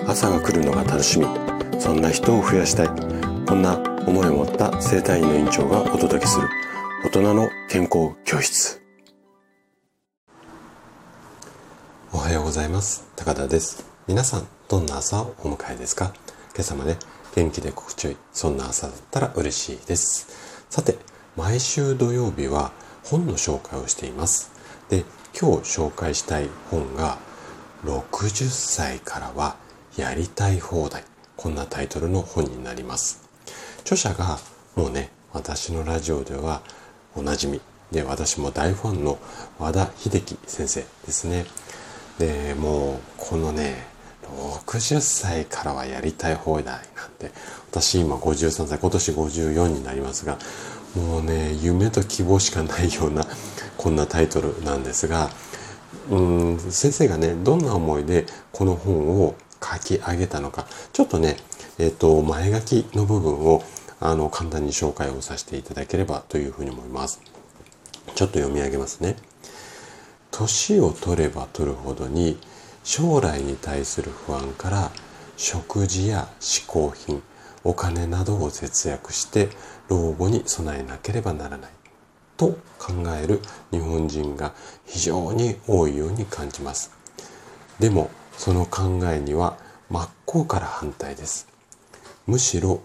朝が来るのが楽しみ、そんな人を増やしたい、こんな思いを持った整体院の院長がお届けする大人の健康教室。おはようございます。高田です。皆さんどんな朝をお迎えですか？今朝まで元気で心地よい、そんな朝だったら嬉しいです。さて、毎週土曜日は本の紹介をしています。で、今日紹介したい本が60歳からはやりたい放題、こんなタイトルの本になります。著者がもうね、私のラジオではおなじみで、私も大ファンの和田秀樹先生ですね。で、もうこのね、60歳からはやりたい放題なんて、私今53歳、今年54になりますが、もうね、夢と希望しかないようなこんなタイトルなんですが、先生がね、どんな思いでこの本を書き上げたのか、ちょっとね、前書きの部分を簡単に紹介をさせていただければというふうに思います。ちょっと読み上げますね。年を取れば取るほどに将来に対する不安から食事や嗜好品、お金などを節約して老後に備えなければならないと考える日本人が非常に多いように感じます。でもその考えには真っ向から反対です。むしろ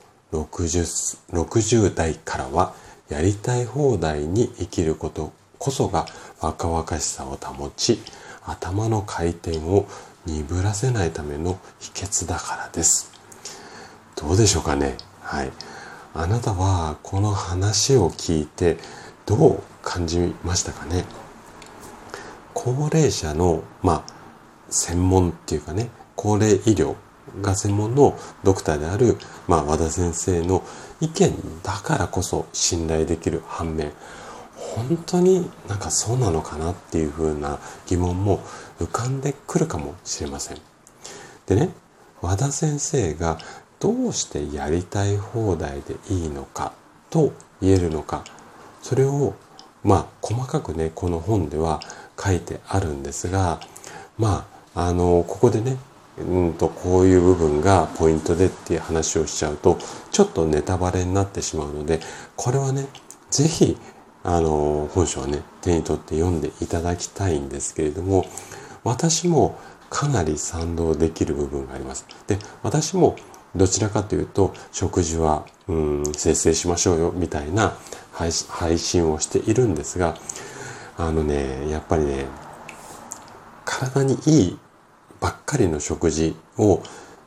60代からはやりたい放題に生きることこそが若々しさを保ち、頭の回転を鈍らせないための秘訣だからです。どうでしょうかね。はい。あなたはこの話を聞いてどう感じましたかね。高齢者の専門っていうかね、高齢医療が専門のドクターである和田先生の意見だからこそ信頼できる反面、本当にそうなのかなっていう風な疑問も浮かんでくるかもしれません。でね、和田先生がどうしてやりたい放題でいいのかと言えるのか、それを細かくね、この本では書いてあるんですが、ここでね、こういう部分がポイントでっていう話をしちゃうとちょっとネタバレになってしまうので、これはね、ぜひ本書をね、手に取って読んでいただきたいんですけれども、私もかなり賛同できる部分があります。で、私もどちらかというと食事は節制しましょうよみたいな配信をしているんですが、やっぱりね、体にいいばっかりの食事を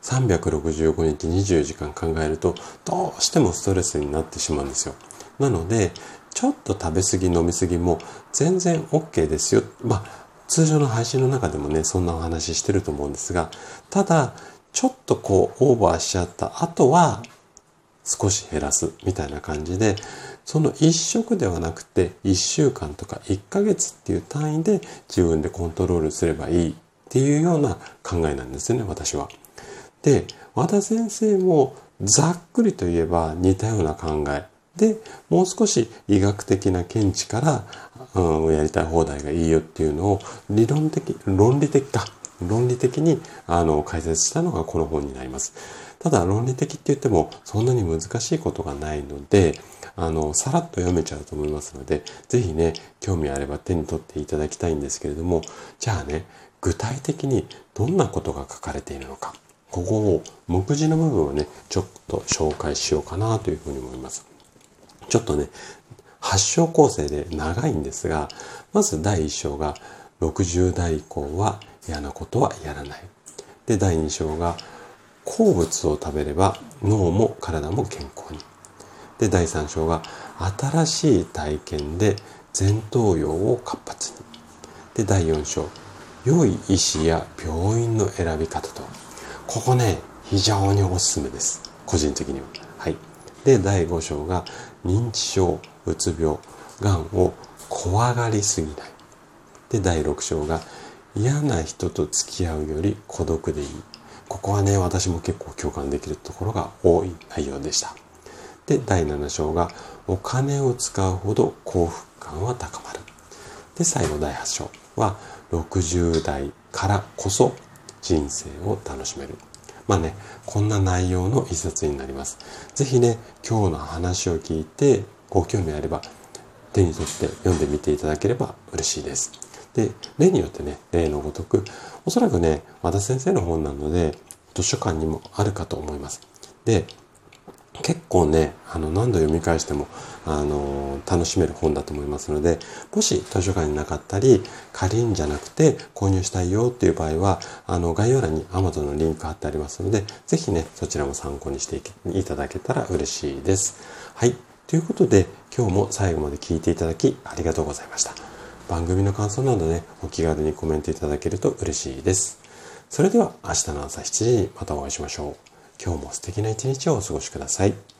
365日24時間考えるとどうしてもストレスになってしまうんですよ。なのでちょっと食べ過ぎ飲み過ぎも全然 OK ですよ。通常の配信の中でもね、そんなお話してると思うんですが、ただちょっとオーバーしちゃった後は少し減らすみたいな感じで、その1食ではなくて1週間とか1ヶ月っていう単位で自分でコントロールすればいいっていうような考えなんですよね、私は。で、和田先生もざっくりと言えば似たような考えで、もう少し医学的な見地から、やりたい放題がいいよっていうのを論理的に解説したのがこの本になります。ただ論理的って言ってもそんなに難しいことがないので、さらっと読めちゃうと思いますので、ぜひね、興味あれば手に取っていただきたいんですけれども、じゃあね、具体的にどんなことが書かれているのか、ここを目次の部分をね、ちょっと紹介しようかなというふうに思います。ちょっとね、8章構成で長いんですが、まず第1章が60代以降は嫌なことはやらない。で、第2章が好物を食べれば脳も体も健康に。で、第3章が新しい体験で前頭葉を活発に。で、第4章、良い医師や病院の選び方と。ここね、非常におすすめです。個人的には。はい。で、第5章が認知症、うつ病、がんを怖がりすぎない。で、第6章が嫌な人と付き合うより孤独でいい。ここはね、私も結構共感できるところが多い内容でした。で、第7章がお金を使うほど幸福感は高まる。で、最後第8章は60代からこそ人生を楽しめる。 こんな内容の一冊になります。ぜひね、今日の話を聞いてご興味あれば手に取って読んでみていただければ嬉しいです。で、例によってね、例のごとく、おそらくね、和田先生の本なので図書館にもあるかと思います。で、結構ね、何度読み返しても、楽しめる本だと思いますので、もし図書館になかったり、借りんじゃなくて購入したいよっていう場合は、概要欄に Amazon のリンク貼ってありますので、ぜひね、そちらも参考にしていただけたら嬉しいです。はい。ということで、今日も最後まで聞いていただきありがとうございました。番組の感想などね、お気軽にコメントいただけると嬉しいです。それでは明日の朝7時にまたお会いしましょう。今日も素敵な一日をお過ごしください。